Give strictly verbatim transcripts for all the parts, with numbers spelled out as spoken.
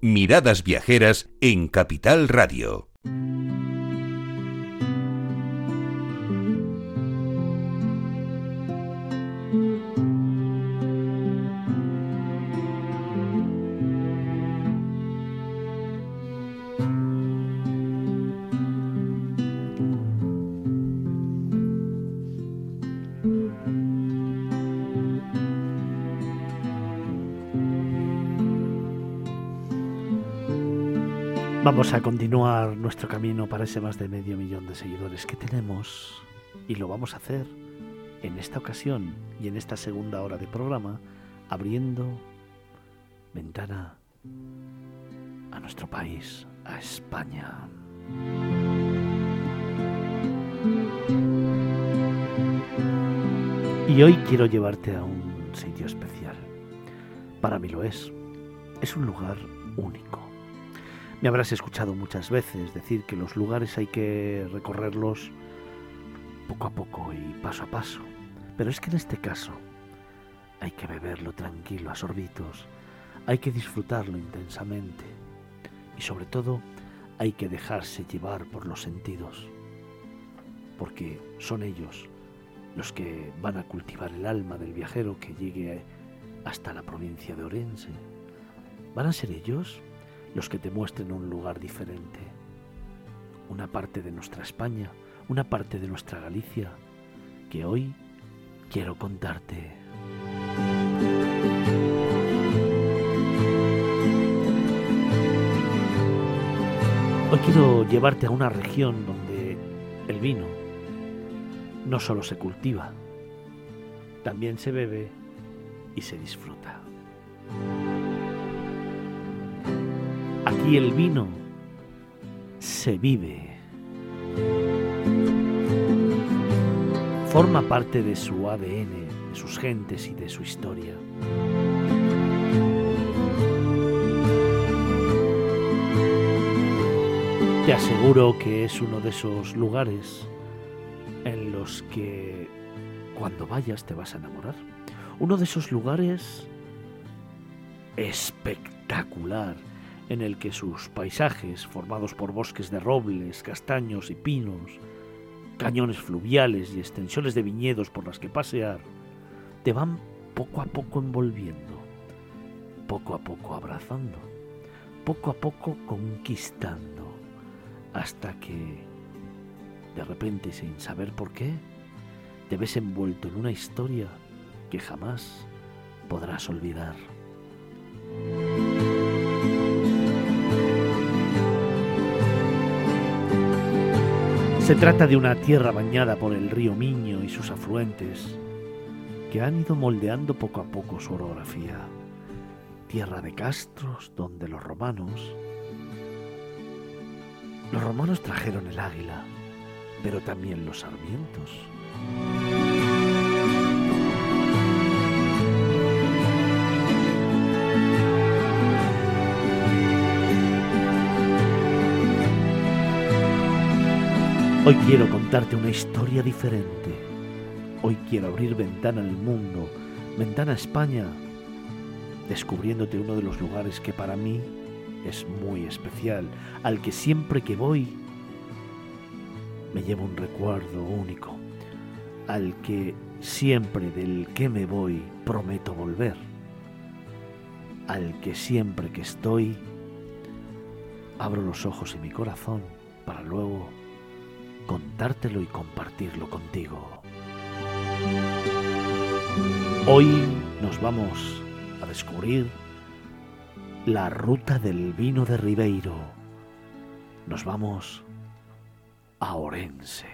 Miradas Viajeras en Capital Radio. Vamos a continuar nuestro camino para ese más de medio millón de seguidores que tenemos, y lo vamos a hacer en esta ocasión y en esta segunda hora de programa, abriendo ventana a nuestro país, a España. Y hoy quiero llevarte a un sitio especial. Para mí lo es. Es un lugar único. Me habrás escuchado muchas veces decir que los lugares hay que recorrerlos poco a poco y paso a paso. Pero es que en este caso hay que beberlo tranquilo, a sorbitos. Hay que disfrutarlo intensamente. Y sobre todo hay que dejarse llevar por los sentidos. Porque son ellos los que van a cultivar el alma del viajero que llegue hasta la provincia de Orense. Van a ser ellos los que te muestren un lugar diferente, una parte de nuestra España, una parte de nuestra Galicia, que hoy quiero contarte. Hoy quiero llevarte a una región donde el vino no solo se cultiva, también se bebe y se disfruta. Aquí el vino se vive. Forma parte de su A D N, de sus gentes y de su historia. Te aseguro que es uno de esos lugares en los que cuando vayas te vas a enamorar. Uno de esos lugares espectacular, en el que sus paisajes, formados por bosques de robles, castaños y pinos, cañones fluviales y extensiones de viñedos por las que pasear, te van poco a poco envolviendo, poco a poco abrazando, poco a poco conquistando, hasta que, de repente, sin saber por qué, te ves envuelto en una historia que jamás podrás olvidar. Se trata de una tierra bañada por el río Miño y sus afluentes, que han ido moldeando poco a poco su orografía. Tierra de castros donde los romanos... Los romanos trajeron el águila, pero también los sarmientos. Hoy quiero contarte una historia diferente. Hoy quiero abrir ventana al mundo, ventana a España, descubriéndote uno de los lugares que para mí es muy especial, al que siempre que voy me llevo un recuerdo único, al que siempre del que me voy prometo volver, al que siempre que estoy abro los ojos y mi corazón para luego contártelo y compartirlo contigo. Hoy nos vamos a descubrir la ruta del vino de Ribeiro. Nos vamos a Orense.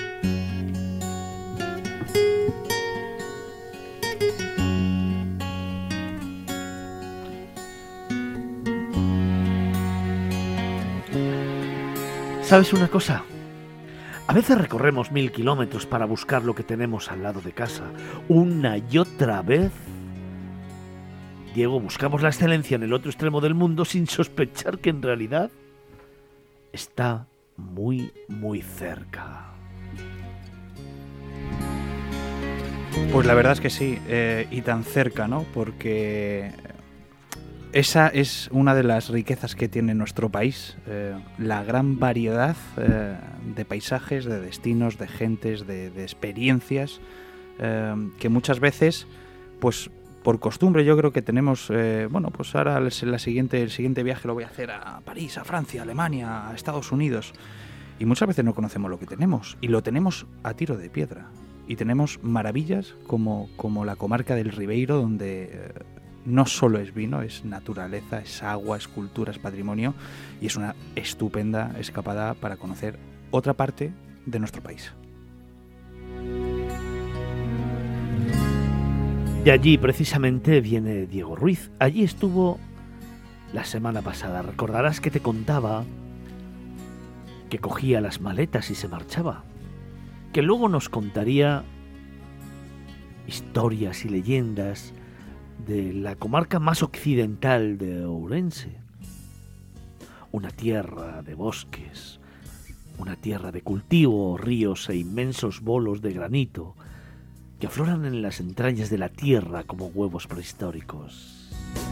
¿Sabes una cosa? A veces recorremos mil kilómetros para buscar lo que tenemos al lado de casa. Una y otra vez, Diego, buscamos la excelencia en el otro extremo del mundo sin sospechar que en realidad está muy, muy cerca. Pues la verdad es que sí, eh, y tan cerca, ¿no? Porque esa es una de las riquezas que tiene nuestro país, eh, la gran variedad eh, de paisajes, de destinos, de gentes, de, de experiencias, eh, que muchas veces, pues por costumbre yo creo que tenemos, eh, bueno, pues ahora la siguiente, el siguiente viaje lo voy a hacer a París, a Francia, a Alemania, a Estados Unidos, y muchas veces no conocemos lo que tenemos, y lo tenemos a tiro de piedra, y tenemos maravillas como, como la comarca del Ribeiro, donde eh, no solo es vino, es naturaleza, es agua, es cultura, es patrimonio, y es una estupenda escapada para conocer otra parte de nuestro país. De allí precisamente viene Diego Ruiz. Allí estuvo la semana pasada. Recordarás que te contaba que cogía las maletas y se marchaba, que luego nos contaría historias y leyendas de la comarca más occidental de Ourense, una tierra de bosques, una tierra de cultivo, ríos e inmensos bolos de granito que afloran en las entrañas de la tierra como huevos prehistóricos.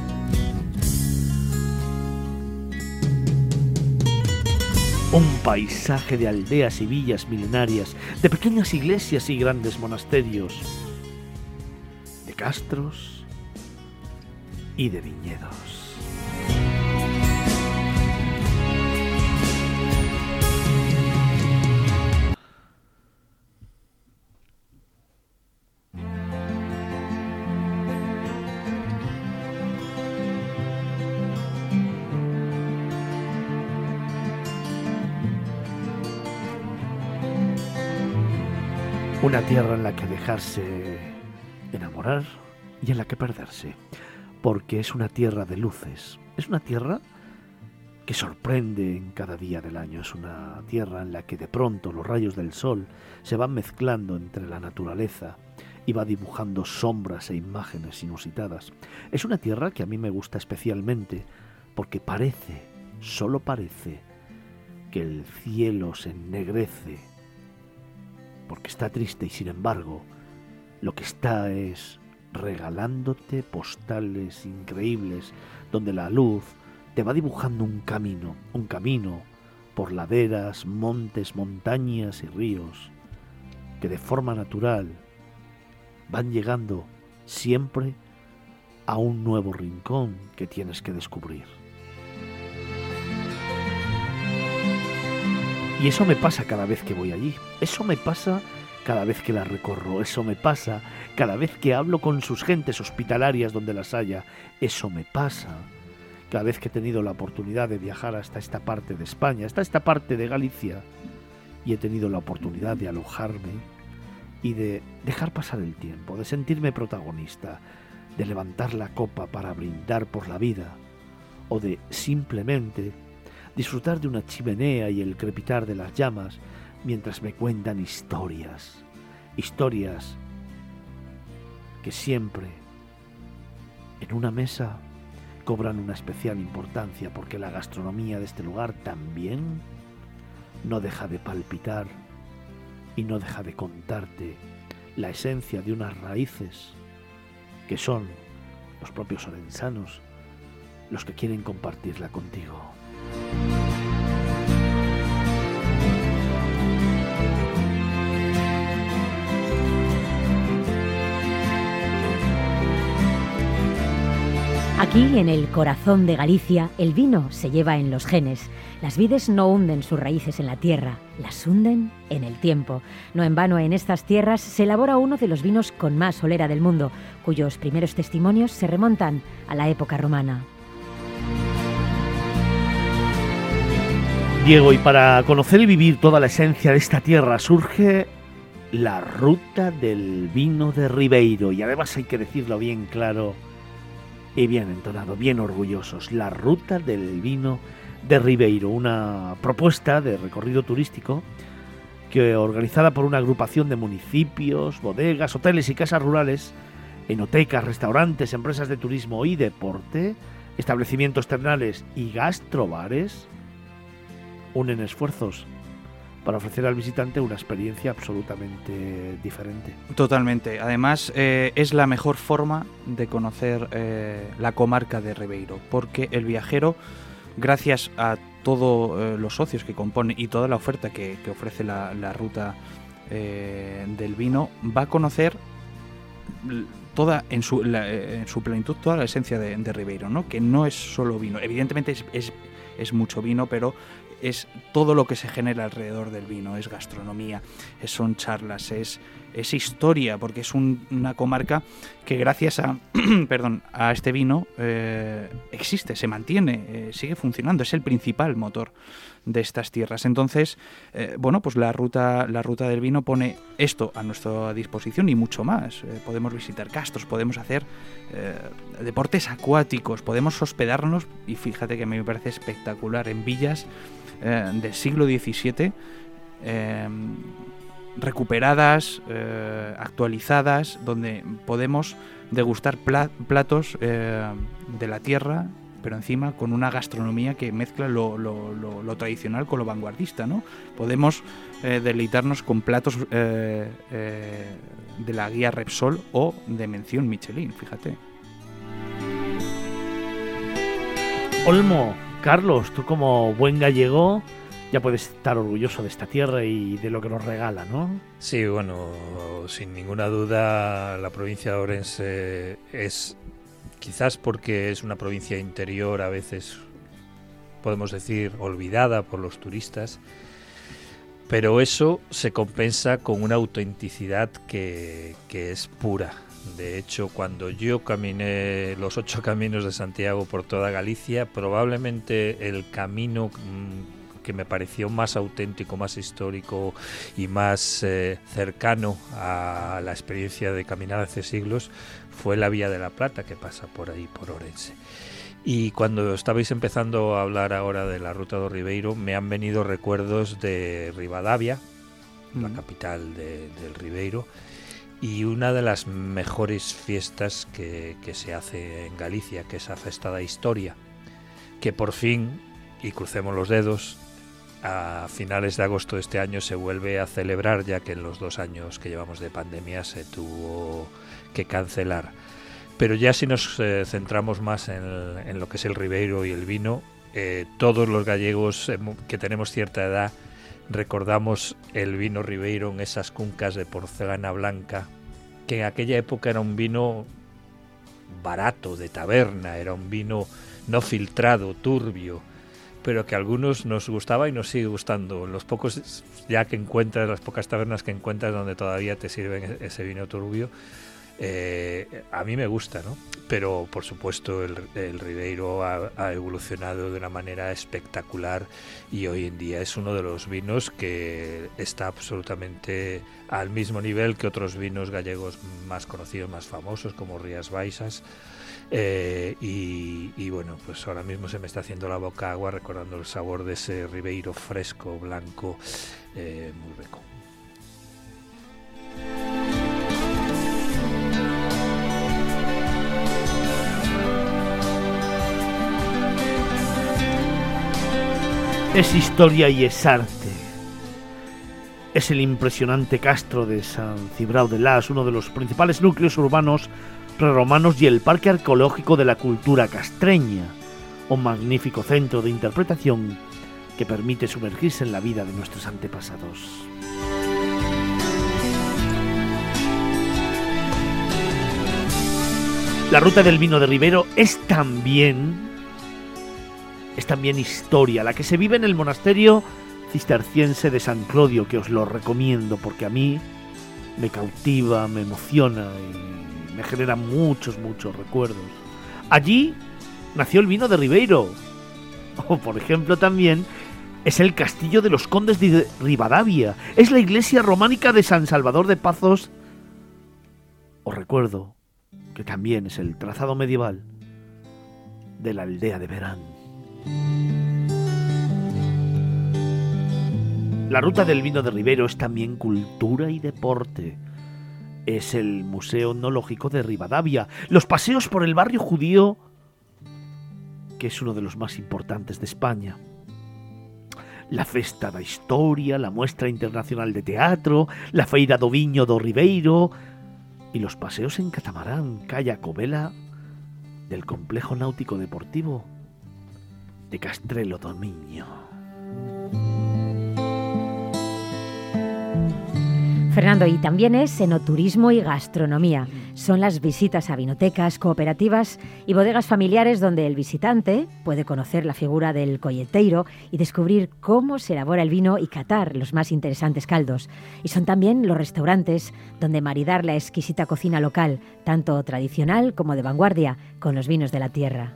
Un paisaje de aldeas y villas milenarias, de pequeñas iglesias y grandes monasterios, de castros y de viñedos. Una tierra en la que dejarse enamorar y en la que perderse, porque es una tierra de luces, es una tierra que sorprende en cada día del año, es una tierra en la que de pronto los rayos del sol se van mezclando entre la naturaleza y va dibujando sombras e imágenes inusitadas. Es una tierra que a mí me gusta especialmente porque parece, solo parece, que el cielo se ennegrece porque está triste y sin embargo lo que está es regalándote postales increíbles donde la luz te va dibujando un camino, un camino por laderas, montes, montañas y ríos que de forma natural van llegando siempre a un nuevo rincón que tienes que descubrir. Y eso me pasa cada vez que voy allí, eso me pasa cada vez que la recorro, eso me pasa cada vez que hablo con sus gentes hospitalarias donde las haya, eso me pasa cada vez que he tenido la oportunidad de viajar hasta esta parte de España, hasta esta parte de Galicia, y he tenido la oportunidad de alojarme y de dejar pasar el tiempo, de sentirme protagonista, de levantar la copa para brindar por la vida, o de simplemente disfrutar de una chimenea y el crepitar de las llamas mientras me cuentan historias, historias que siempre en una mesa cobran una especial importancia porque la gastronomía de este lugar también no deja de palpitar y no deja de contarte la esencia de unas raíces que son los propios orensanos los que quieren compartirla contigo. Aquí, en el corazón de Galicia, el vino se lleva en los genes. Las vides no hunden sus raíces en la tierra, las hunden en el tiempo. No en vano, en estas tierras se elabora uno de los vinos con más solera del mundo, cuyos primeros testimonios se remontan a la época romana. Diego, y para conocer y vivir toda la esencia de esta tierra surge la Ruta del Vino de Ribeiro, y además hay que decirlo bien claro y bien entonado, bien orgullosos, la Ruta del Vino de Ribeiro, una propuesta de recorrido turístico que organizada por una agrupación de municipios, bodegas, hoteles y casas rurales, enotecas, restaurantes, empresas de turismo y deporte, establecimientos termales y gastrobares, unen esfuerzos para ofrecer al visitante una experiencia absolutamente diferente. Totalmente. Además, eh, es la mejor forma de conocer eh, la comarca de Ribeiro, porque el viajero, gracias a todos eh, los socios que componen y toda la oferta que, que ofrece la, la ruta eh, del vino, va a conocer toda en su, la, en su plenitud toda la esencia de, de Ribeiro, ¿no? Que no es solo vino. Evidentemente es, es, es mucho vino, pero es todo lo que se genera alrededor del vino, es gastronomía, es, son charlas, es, es historia, porque es un, una comarca que gracias a perdón a este vino eh, existe, se mantiene, eh, sigue funcionando, es el principal motor de estas tierras. Entonces, eh, bueno, pues la ruta, la ruta del vino pone esto a nuestra disposición y mucho más. Eh, podemos visitar castros, podemos hacer eh, deportes acuáticos, podemos hospedarnos, y fíjate que a mí me parece espectacular, en villas eh, del siglo diecisiete, eh, recuperadas, eh, actualizadas, donde podemos degustar pla- platos eh, de la tierra, pero encima con una gastronomía que mezcla lo, lo, lo, lo tradicional con lo vanguardista, ¿no? Podemos eh, deleitarnos con platos eh, eh, de la guía Repsol o de mención Michelin, fíjate. Olmo, Carlos, tú como buen gallego ya puedes estar orgulloso de esta tierra y de lo que nos regala, ¿no? Sí, bueno, sin ninguna duda la provincia de Ourense es, quizás porque es una provincia interior, a veces podemos decir olvidada por los turistas, pero eso se compensa con una autenticidad que, que es pura. De hecho, cuando yo caminé los ocho caminos de Santiago por toda Galicia, probablemente el camino mmm, que me pareció más auténtico, más histórico y más eh, cercano a la experiencia de caminar hace siglos fue la Vía de la Plata, que pasa por ahí, por Ourense. Y cuando estabais empezando a hablar ahora de la Ruta do Ribeiro, me han venido recuerdos de Ribadavia, mm. la capital de, del Ribeiro, y una de las mejores fiestas que, que se hace en Galicia, que es a Festa da Historia, que por fin, y crucemos los dedos, a finales de agosto de este año se vuelve a celebrar, ya que en los dos años que llevamos de pandemia se tuvo que cancelar. Pero ya si nos eh, centramos más en, el, en lo que es el Ribeiro y el vino, eh, todos los gallegos eh, que tenemos cierta edad recordamos el vino Ribeiro en esas cuncas de porcelana blanca, que en aquella época era un vino barato, de taberna, era un vino no filtrado, turbio, pero que a algunos nos gustaba y nos sigue gustando. Los pocos ya que encuentras, las pocas tabernas que encuentras donde todavía te sirven ese vino turbio, eh, a mí me gusta, ¿no? Pero por supuesto el, el Ribeiro ha, ha evolucionado de una manera espectacular y hoy en día es uno de los vinos que está absolutamente al mismo nivel que otros vinos gallegos más conocidos, más famosos, como Rías Baixas. Eh, y, y bueno, pues ahora mismo se me está haciendo la boca agua recordando el sabor de ese Ribeiro fresco, blanco, eh, muy rico. Es historia y es arte. Es el impresionante castro de San Cibrao de Las, uno de los principales núcleos urbanos prerromanos y el parque arqueológico de la cultura castreña, un magnífico centro de interpretación que permite sumergirse en la vida de nuestros antepasados. La ruta del vino de Ribeiro es también, es también historia, la que se vive en el monasterio cisterciense de San Clodio, que os lo recomiendo porque a mí me cautiva, me emociona y me genera muchos, muchos recuerdos. Allí nació el vino de Ribeiro. O, por ejemplo, también es el castillo de los condes de Ribadavia. Es la iglesia románica de San Salvador de Pazos. Os recuerdo que también es el trazado medieval de la aldea de Verán. La ruta del vino de Ribeiro es también cultura y deporte. Es el Museo Etnológico de Ribadavia, los paseos por el barrio judío, que es uno de los más importantes de España. la Festa da Historia, la Muestra Internacional de Teatro, la Feira do Viño do Ribeiro y los paseos en catamarán, kayak o vela del Complejo Náutico Deportivo de Castrelo do Miño. Fernando, y también es enoturismo y gastronomía. Son las visitas a vinotecas, cooperativas y bodegas familiares donde el visitante puede conocer la figura del colleteiro y descubrir cómo se elabora el vino y catar los más interesantes caldos. Y son también los restaurantes donde maridar la exquisita cocina local, tanto tradicional como de vanguardia, con los vinos de la tierra.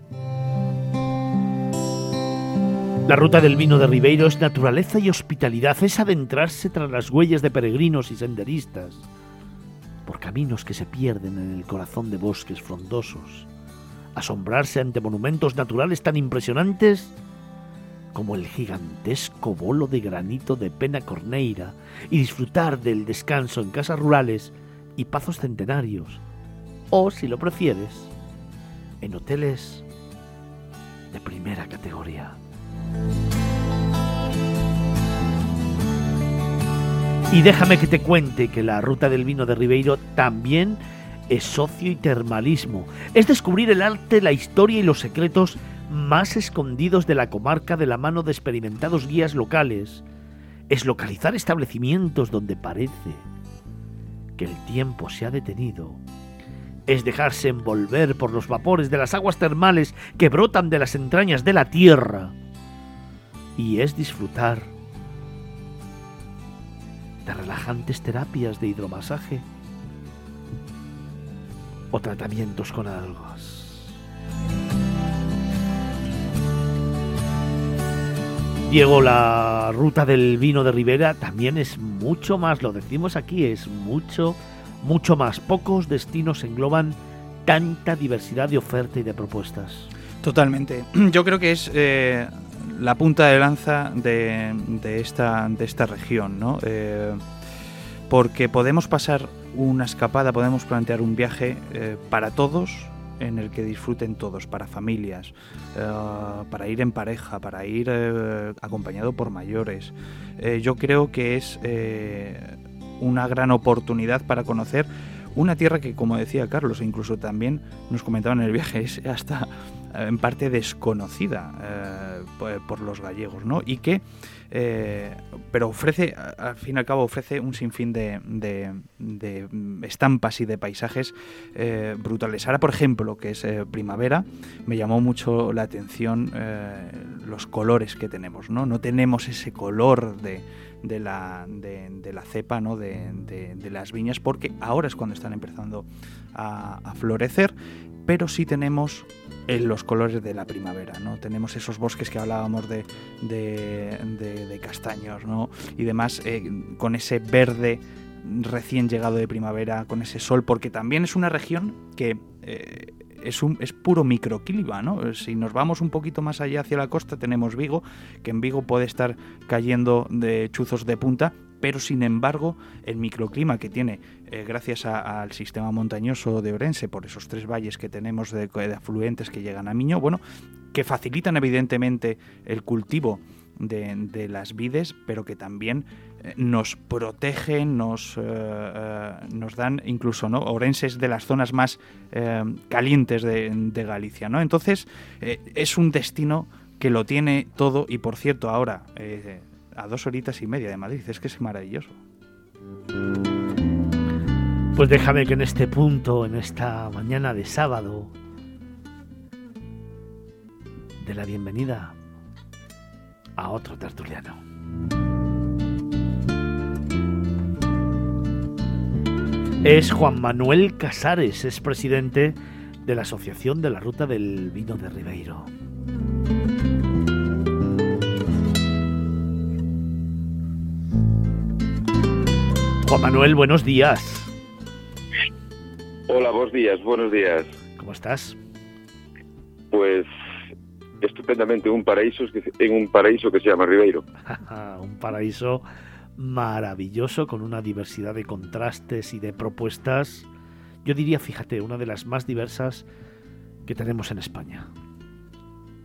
La ruta del vino de Ribeiro es naturaleza y hospitalidad, es adentrarse tras las huellas de peregrinos y senderistas, por caminos que se pierden en el corazón de bosques frondosos, asombrarse ante monumentos naturales tan impresionantes como el gigantesco bolo de granito de Pena Corneira y disfrutar del descanso en casas rurales y pazos centenarios, o, si lo prefieres, en hoteles de primera categoría. Y déjame que te cuente que la ruta del vino de Ribeiro también es socio y termalismo. Es descubrir el arte, la historia y los secretos más escondidos de la comarca de la mano de experimentados guías locales. Es localizar establecimientos donde parece que el tiempo se ha detenido. Es dejarse envolver por los vapores de las aguas termales que brotan de las entrañas de la tierra. Y es disfrutar de relajantes terapias de hidromasaje o tratamientos con algas. Diego, la ruta del vino de Ribera también es mucho más, lo decimos aquí, es mucho, mucho más. Pocos destinos engloban tanta diversidad de oferta y de propuestas. Totalmente. Yo creo que es eh, la punta de lanza de, de, esta, de esta región, ¿no? Eh, porque podemos pasar una escapada, podemos plantear un viaje eh, para todos, en el que disfruten todos, para familias, eh, para ir en pareja, para ir eh, acompañado por mayores. Eh, yo creo que es eh, una gran oportunidad para conocer una tierra que, como decía Carlos, e incluso también nos comentaban en el viaje, es hasta en parte desconocida eh, por, por los gallegos, ¿no? Y que, eh, pero ofrece, al fin y al cabo, ofrece un sinfín de, de, de estampas y de paisajes eh, brutales. Ahora, por ejemplo, que es eh, primavera, me llamó mucho la atención eh, los colores que tenemos, ¿no? No tenemos ese color de de la, de, de la cepa, ¿no? de, de, de las viñas, porque ahora es cuando están empezando a, a florecer, pero sí tenemos eh, los colores de la primavera, ¿no? Tenemos esos bosques que hablábamos de, de, de, de castaños, ¿no? Y demás, eh, con ese verde recién llegado de primavera, con ese sol, porque también es una región que eh, es, un, es puro microclima, ¿no? Si nos vamos un poquito más allá hacia la costa, tenemos Vigo, que en Vigo puede estar cayendo de chuzos de punta, pero sin embargo el microclima que tiene, eh, gracias a, al sistema montañoso de Ourense, por esos tres valles que tenemos de, de afluentes que llegan a Miño, bueno, que facilitan evidentemente el cultivo de, de las vides, pero que también eh, nos protegen, nos, eh, eh, nos dan incluso, ¿no? Ourense es de las zonas más eh, calientes de, de Galicia, ¿no? Entonces eh, es un destino que lo tiene todo, y por cierto ahora eh, a dos horitas y media de Madrid, es que es maravilloso. Pues déjame que en este punto, en esta mañana de sábado, de la bienvenida a otro tertuliano. Es Juan Manuel Casares, es presidente de la Asociación de la Ruta del Vino de Ribeiro. Juan Manuel, buenos días. Hola, buenos días, buenos días. ¿Cómo estás? Pues estupendamente, un paraíso, en un paraíso que se llama Ribeiro. Un paraíso maravilloso, con una diversidad de contrastes y de propuestas. Yo diría, fíjate, una de las más diversas que tenemos en España.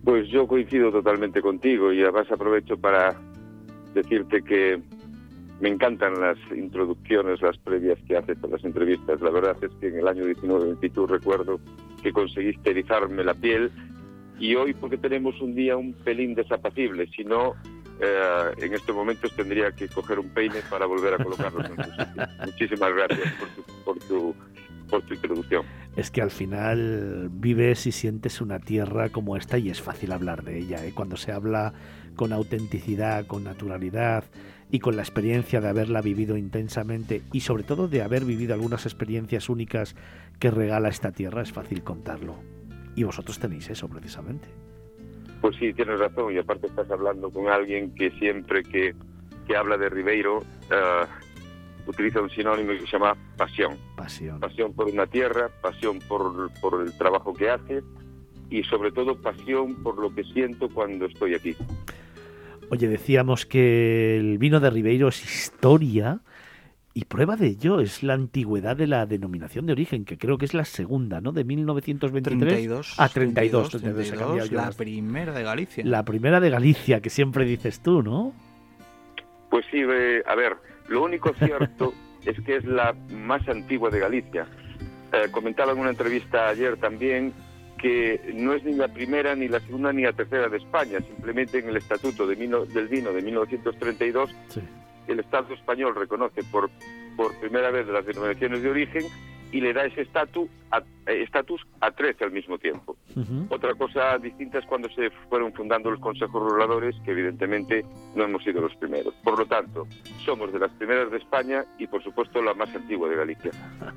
Pues yo coincido totalmente contigo y además aprovecho para decirte que me encantan las introducciones, las previas que haces a las entrevistas. La verdad es que en el año diecinueve veintitrés recuerdo que conseguiste erizarme la piel y hoy, porque tenemos un día un pelín desapacible, si no, eh, en estos momentos tendría que coger un peine para volver a colocarlos en su sitio. Muchísimas gracias por tu, por tu, por tu introducción. Es que al final vives y sientes una tierra como esta y es fácil hablar de ella, ¿eh? Cuando se habla con autenticidad, con naturalidad y con la experiencia de haberla vivido intensamente y sobre todo de haber vivido algunas experiencias únicas que regala esta tierra, es fácil contarlo. Y vosotros tenéis eso precisamente. Pues sí, tienes razón, y aparte estás hablando con alguien que siempre que, que habla de Ribeiro uh, utiliza un sinónimo que se llama pasión. Pasión. Pasión por una tierra, pasión por, por el trabajo que hace y sobre todo pasión por lo que siento cuando estoy aquí. Oye, decíamos que el vino de Ribeiro es historia y prueba de ello es la antigüedad de la denominación de origen, que creo que es la segunda, ¿no? De mil novecientos veintitrés treinta y dos, a treinta y dos. treinta y dos, treinta y dos, la primera de Galicia. La primera de Galicia, que siempre dices tú, ¿no? Pues sí, eh, a ver, lo único cierto es que es la más antigua de Galicia. Eh, comentaba en una entrevista ayer también que no es ni la primera, ni la segunda, ni la tercera de España. Simplemente en el Estatuto de mil, del Vino de mil novecientos treinta y dos, sí, el Estado español reconoce por, por primera vez las denominaciones de origen y le da ese estatus a, estatus a trece al mismo tiempo. Uh-huh. Otra cosa distinta es cuando se fueron fundando los consejos reguladores, que evidentemente no hemos sido los primeros. Por lo tanto, somos de las primeras de España y, por supuesto, la más antigua de Galicia.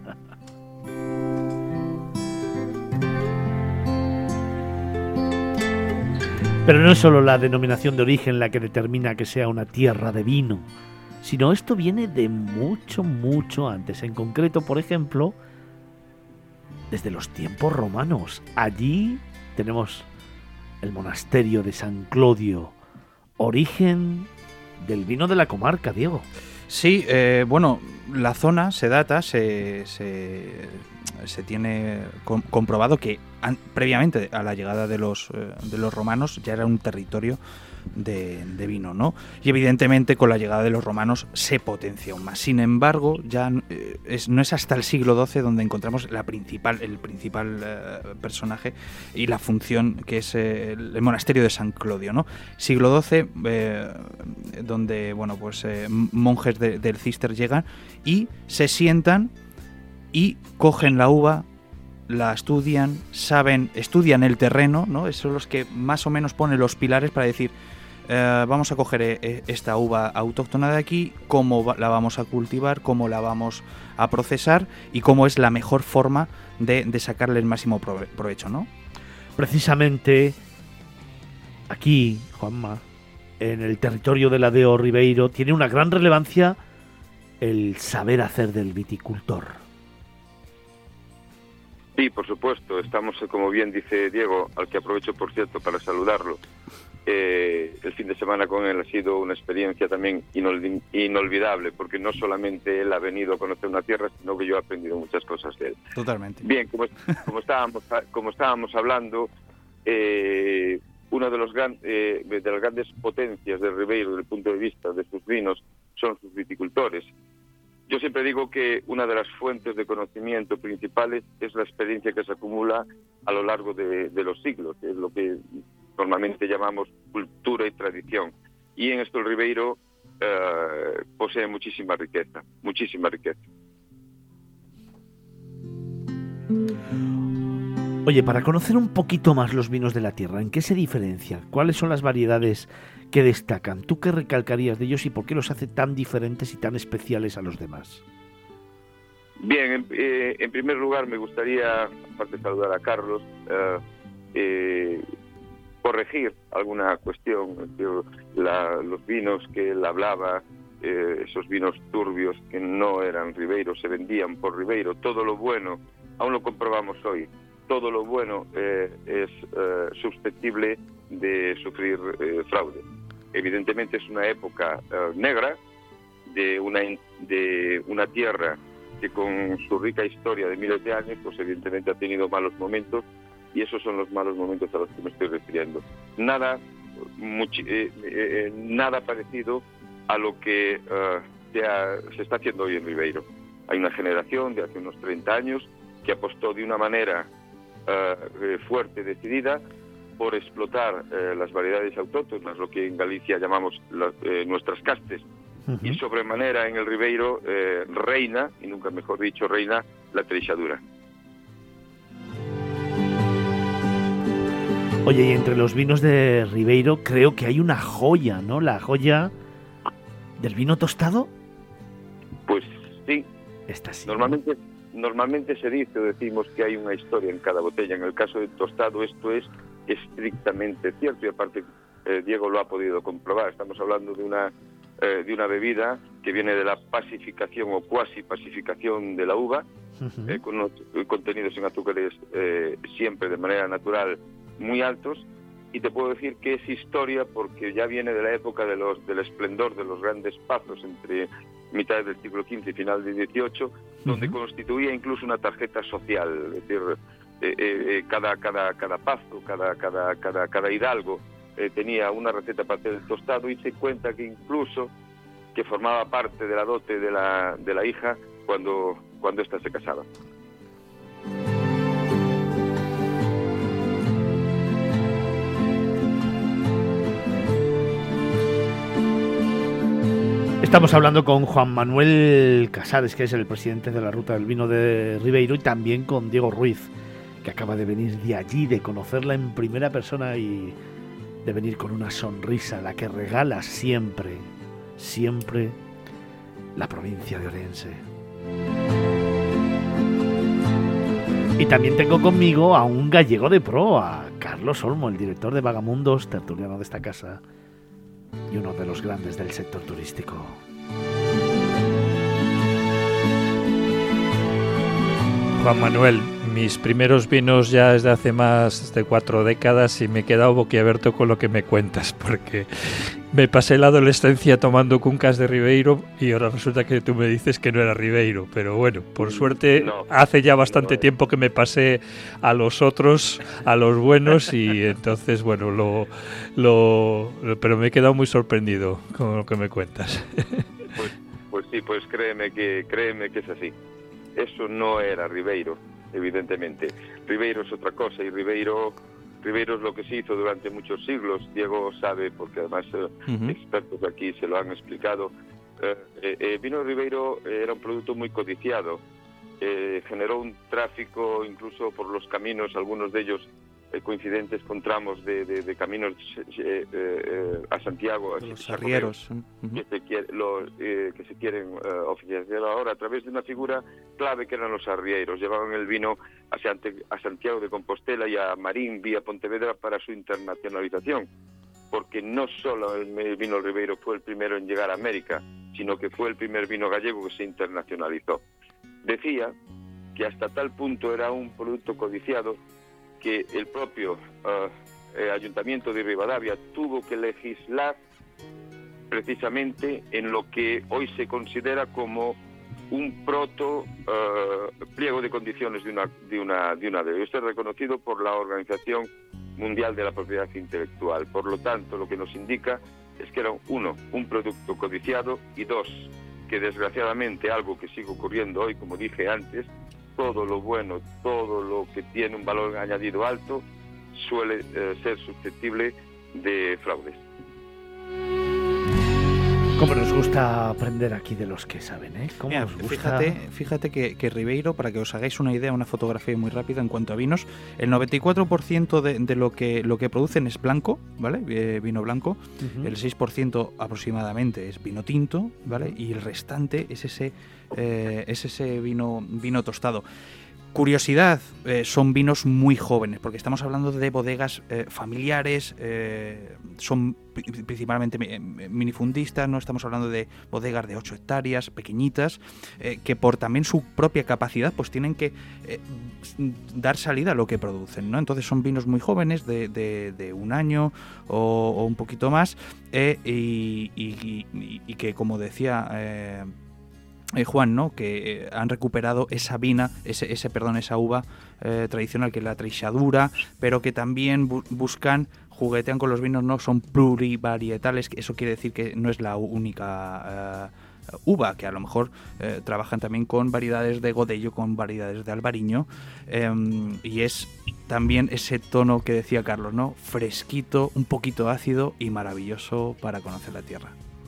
Pero no es solo la denominación de origen la que determina que sea una tierra de vino, sino esto viene de mucho, mucho antes. En concreto, por ejemplo, desde los tiempos romanos. Allí tenemos el monasterio de San Clodio, origen del vino de la comarca, Diego. Sí, eh, bueno, la zona se data, se, se, se tiene com- comprobado que an- previamente a la llegada de los, eh, de los romanos ya era un territorio de, de vino, ¿no? Y evidentemente con la llegada de los romanos se potencia aún más. Sin embargo, ya eh, es, no es hasta el siglo doce donde encontramos la principal, el principal eh, personaje y la función que es eh, el, el monasterio de San Clodio, ¿no? Siglo doce, eh, donde bueno, pues eh, monjes de, del Cister llegan y se sientan y cogen la uva, la estudian, saben, estudian el terreno, ¿no? Esos son los que más o menos ponen los pilares para decir eh, vamos a coger eh, esta uva autóctona de aquí, cómo va, la vamos a cultivar, cómo la vamos a procesar y cómo es la mejor forma de, de sacarle el máximo prove- provecho, ¿no? Precisamente aquí, Juanma, en el territorio de la D O Ribeiro, tiene una gran relevancia el saber hacer del viticultor. Sí, por supuesto. Estamos, como bien dice Diego, al que aprovecho, por cierto, para saludarlo. Eh, el fin de semana con él ha sido una experiencia también inol- inolvidable, porque no solamente él ha venido a conocer una tierra, sino que yo he aprendido muchas cosas de él. Totalmente. Bien, como, como, estábamos, como estábamos hablando, eh, una de, los gran, eh, de las grandes potencias de Ribeiro, desde el punto de vista de sus vinos, son sus viticultores. Yo siempre digo que una de las fuentes de conocimiento principales es la experiencia que se acumula a lo largo de, de los siglos, que es lo que normalmente llamamos cultura y tradición. Y en esto el Ribeiro eh, posee muchísima riqueza, muchísima riqueza. Oye, para conocer un poquito más los vinos de la tierra, ¿en qué se diferencian? ¿Cuáles son las variedades que destacan? ¿Tú qué recalcarías de ellos y por qué los hace tan diferentes y tan especiales a los demás? Bien, en, eh, en primer lugar me gustaría, aparte de saludar a Carlos, eh, eh, corregir alguna cuestión. La, los vinos que él hablaba, eh, esos vinos turbios que no eran Ribeiro, se vendían por Ribeiro. Todo lo bueno, aún lo comprobamos hoy, todo lo bueno eh, es eh, susceptible de sufrir eh, fraude. Evidentemente es una época eh, negra de una, de una tierra que con su rica historia de miles de años, pues evidentemente ha tenido malos momentos y esos son los malos momentos a los que me estoy refiriendo. Nada, muchi- eh, eh, nada parecido a lo que uh, se, ha, se está haciendo hoy en Ribeiro. Hay una generación de hace unos treinta años que apostó de una manera uh, fuerte, decidida, por explotar eh, las variedades autóctonas, lo que en Galicia llamamos la, eh, nuestras castes. Uh-huh. Y sobremanera en el Ribeiro eh, reina, y nunca mejor dicho reina, la treixadura. Oye, y entre los vinos de Ribeiro creo que hay una joya, ¿no? La joya del vino tostado. Pues sí. Esta sí. Normalmente, normalmente se dice o decimos que hay una historia en cada botella. En el caso del tostado esto es estrictamente cierto y aparte eh, Diego lo ha podido comprobar. Estamos hablando de una eh, de una bebida que viene de la pacificación o cuasi pacificación de la uva, uh-huh. eh, con unos contenidos en azúcares eh, siempre de manera natural muy altos, y te puedo decir que es historia porque ya viene de la época de los del esplendor de los grandes pazos entre mitad del siglo quince y final del dieciocho, uh-huh. donde constituía incluso una tarjeta social, es decir, eh, eh, cada cada cada pazo, cada cada cada cada hidalgo eh, tenía una receta para hacer el tostado, y se cuenta que incluso que formaba parte de la dote de la de la hija cuando cuando ésta se casaba. Estamos hablando con Juan Manuel Casares, que es el presidente de la Ruta del Vino de Ribeiro, y también con Diego Ruiz, que acaba de venir de allí, de conocerla en primera persona y de venir con una sonrisa, la que regala siempre, siempre la provincia de Orense. Y también tengo conmigo a un gallego de pro, a Carlos Olmo, el director de Vagamundos, tertuliano de esta casa y uno de los grandes del sector turístico. Juan Manuel, mis primeros vinos ya desde hace más de cuatro décadas y me he quedado boquiabierto con lo que me cuentas, porque me pasé la adolescencia tomando cuncas de Ribeiro y ahora resulta que tú me dices que no era Ribeiro, pero bueno, por suerte no, hace ya bastante no, tiempo que me pasé a los otros, a los buenos, y entonces bueno, lo, lo, lo pero me he quedado muy sorprendido con lo que me cuentas. Pues, pues sí, pues créeme que créeme que es así. Eso no era Ribeiro, evidentemente. Ribeiro es otra cosa, y Ribeiro, Ribeiro es lo que se hizo durante muchos siglos. Diego sabe, porque además eh, uh-huh. expertos aquí se lo han explicado. Eh, eh, eh, vino de Ribeiro eh, era un producto muy codiciado. Eh, generó un tráfico incluso por los caminos, algunos de ellos eh, coincidentes con tramos de, de, de caminos eh, eh, a Santiago, a los arrieros, uh-huh. que, se quiere, lo, eh, que se quieren eh, oficializar ahora a través de una figura clave que eran los arrieros. Llevaban el vino hacia, a Santiago de Compostela y a Marín vía Pontevedra para su internacionalización, porque no solo el vino Ribeiro fue el primero en llegar a América, sino que fue el primer vino gallego que se internacionalizó. Decía que hasta tal punto era un producto codiciado que el propio uh, eh, Ayuntamiento de Ribadavia tuvo que legislar precisamente en lo que hoy se considera como un proto uh, pliego de condiciones de una de una de una ley. Esto es reconocido por la Organización Mundial de la Propiedad Intelectual. Por lo tanto, lo que nos indica es que era, uno, un producto codiciado, y dos, que desgraciadamente, algo que sigue ocurriendo hoy, como dije antes, todo lo bueno, todo lo que tiene un valor añadido alto suele eh, ser susceptible de fraudes. Como nos gusta aprender aquí de los que saben, ¿eh? ¿Cómo Mira, nos gusta? Fíjate, fíjate que, que Ribeiro, para que os hagáis una idea, una fotografía muy rápida en cuanto a vinos, el noventa y cuatro por ciento de, de lo que lo que producen es blanco, ¿vale? Eh, vino blanco, uh-huh. El seis por ciento aproximadamente es vino tinto, ¿vale? Y el restante es ese eh, es ese vino vino tostado. Curiosidad, eh, son vinos muy jóvenes, porque estamos hablando de bodegas eh, familiares, eh, son principalmente minifundistas, no estamos hablando de bodegas de ocho hectáreas, pequeñitas, eh, que por también su propia capacidad pues tienen que eh, dar salida a lo que producen, ¿no? Entonces son vinos muy jóvenes, de, de, de un año o, o un poquito más, eh, y, y, y, y que, como decía... Eh, eh, Juan, ¿no? Que eh, han recuperado esa vina, ese, ese perdón, esa uva eh, tradicional que es la treixadura, pero que también bu- buscan, juguetean con los vinos, no son plurivarietales, que eso quiere decir que no es la única eh, uva, que a lo mejor eh, trabajan también con variedades de Godello, con variedades de Albariño, eh, y es también ese tono que decía Carlos, ¿no? Fresquito, un poquito ácido y maravilloso para conocer la tierra.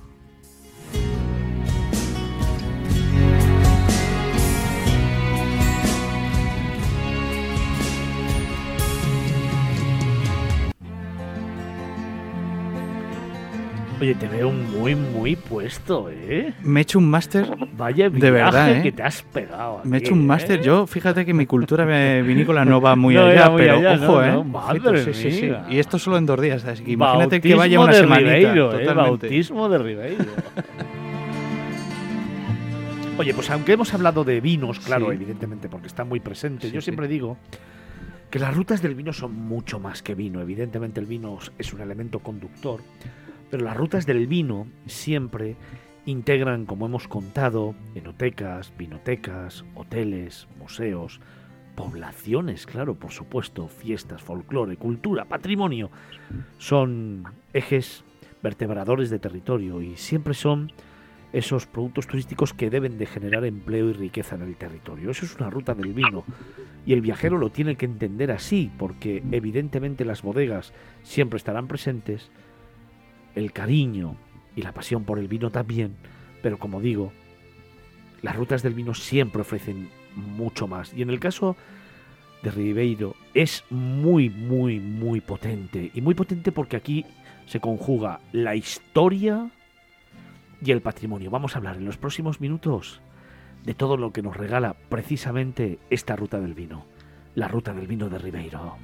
Oye, te veo muy, muy puesto, ¿eh? Me he hecho un máster. Vaya viaje de verdad, ¿eh? que te has pegado aquí, Me he hecho un ¿eh? máster. Yo, fíjate que mi cultura vinícola no va muy No allá, era muy pero allá, ojo, no, ¿eh? no, Ojito, madre sí, sí, sí. mía. Y esto solo en dos días, así que imagínate que Bautismo vaya una de semanita. Ribeiro, ¿eh? Totalmente. Bautismo de Ribeiro. Oye, pues aunque hemos hablado de vinos, claro, Sí. evidentemente, porque está muy presente, Sí, yo sí. siempre digo que las rutas del vino son mucho más que vino. Evidentemente el vino es un elemento conductor, pero las rutas del vino siempre integran, como hemos contado, enotecas, vinotecas, hoteles, museos, poblaciones, claro, por supuesto, fiestas, folclore, cultura, patrimonio. Son ejes vertebradores de territorio y siempre son esos productos turísticos que deben de generar empleo y riqueza en el territorio. Eso es una ruta del vino y el viajero lo tiene que entender así, porque evidentemente las bodegas siempre estarán presentes, el cariño y la pasión por el vino también, pero como digo, las rutas del vino siempre ofrecen mucho más. Y en el caso de Ribeiro es muy, muy, muy potente. Y muy potente porque aquí se conjuga la historia y el patrimonio. Vamos a hablar en los próximos minutos de todo lo que nos regala precisamente esta ruta del vino, la ruta del vino de Ribeiro.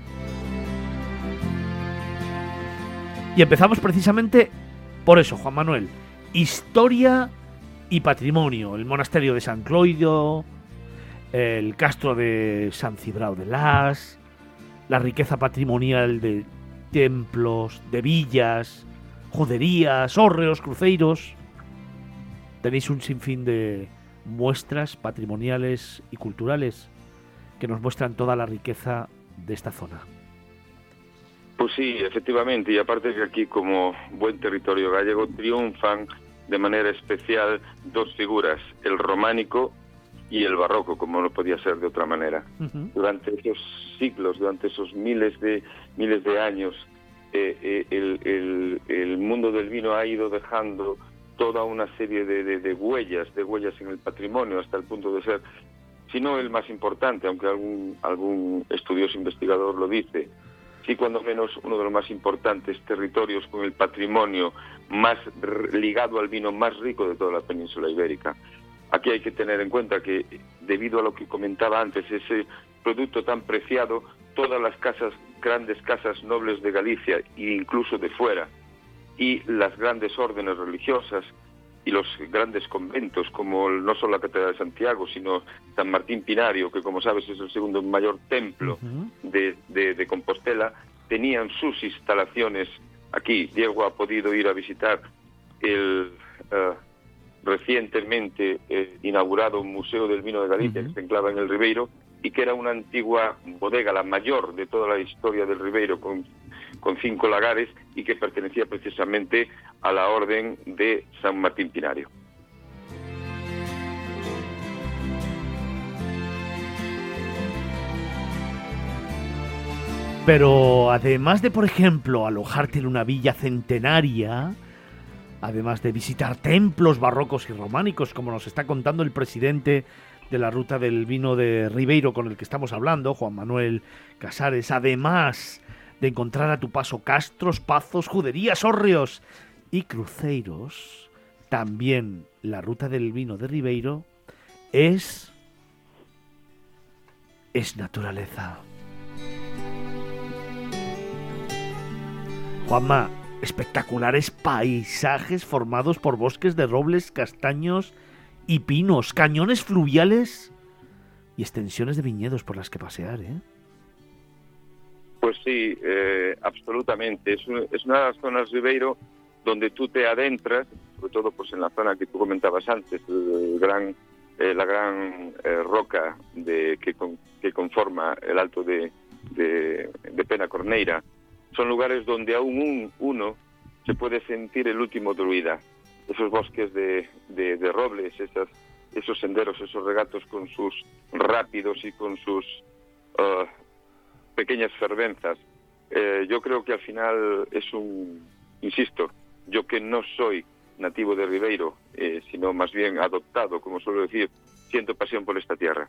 Y empezamos precisamente por eso, Juan Manuel. Historia y patrimonio. El monasterio de San Cloido, el castro de San Cibrao de Las, la riqueza patrimonial de templos, de villas, juderías, hórreos, cruceiros. Tenéis un sinfín de muestras patrimoniales y culturales que nos muestran toda la riqueza de esta zona. Pues sí, efectivamente, y aparte que aquí como buen territorio gallego triunfan de manera especial dos figuras, el románico y el barroco, como no podía ser de otra manera. Uh-huh. Durante esos siglos, durante esos miles de miles de años, eh, eh, el, el, el mundo del vino ha ido dejando toda una serie de, de, de huellas, de huellas en el patrimonio, hasta el punto de ser, si no el más importante, aunque algún, algún estudioso investigador lo dice, sí cuando menos uno de los más importantes territorios con el patrimonio más ligado al vino más rico de toda la península ibérica. Aquí hay que tener en cuenta que, debido a lo que comentaba antes, ese producto tan preciado, todas las casas, grandes casas nobles de Galicia e incluso de fuera, y las grandes órdenes religiosas y los grandes conventos, como no solo la Catedral de Santiago, sino San Martín Pinario, que como sabes es el segundo mayor templo Uh-huh. de, de, de Compostela, tenían sus instalaciones aquí. Diego ha podido ir a visitar el uh, recientemente eh, inaugurado Museo del Vino de Galicia, uh-huh, que se enclava en el Ribeiro, y que era una antigua bodega, la mayor de toda la historia del Ribeiro, con, con cinco lagares, y que pertenecía precisamente a la Orden de San Martín Pinario. Pero además de, por ejemplo, alojarte en una villa centenaria, además de visitar templos barrocos y románicos, como nos está contando el presidente de la Ruta del Vino de Ribeiro con el que estamos hablando, Juan Manuel Casares, además de encontrar a tu paso castros, pazos, juderías, hórreos y cruceiros, también la Ruta del Vino de Ribeiro es... es naturaleza. Juanma, espectaculares paisajes formados por bosques de robles, castaños y pinos, cañones fluviales y extensiones de viñedos por las que pasear, ¿eh? Pues sí, eh, absolutamente. Es, un, es una de las zonas Ribeiro donde tú te adentras, sobre todo pues en la zona que tú comentabas antes, el gran, eh, la gran eh, roca de, que, con, que conforma el Alto de, de, de Penacorneira. Son lugares donde aún un, uno se puede sentir el último druida. Esos bosques de, de, de robles, esas, esos senderos, esos regatos con sus rápidos y con sus uh, pequeñas fervenzas. Eh, yo creo que al final es un, insisto, yo que no soy nativo de Ribeiro, eh, sino más bien adoptado, como suelo decir, siento pasión por esta tierra.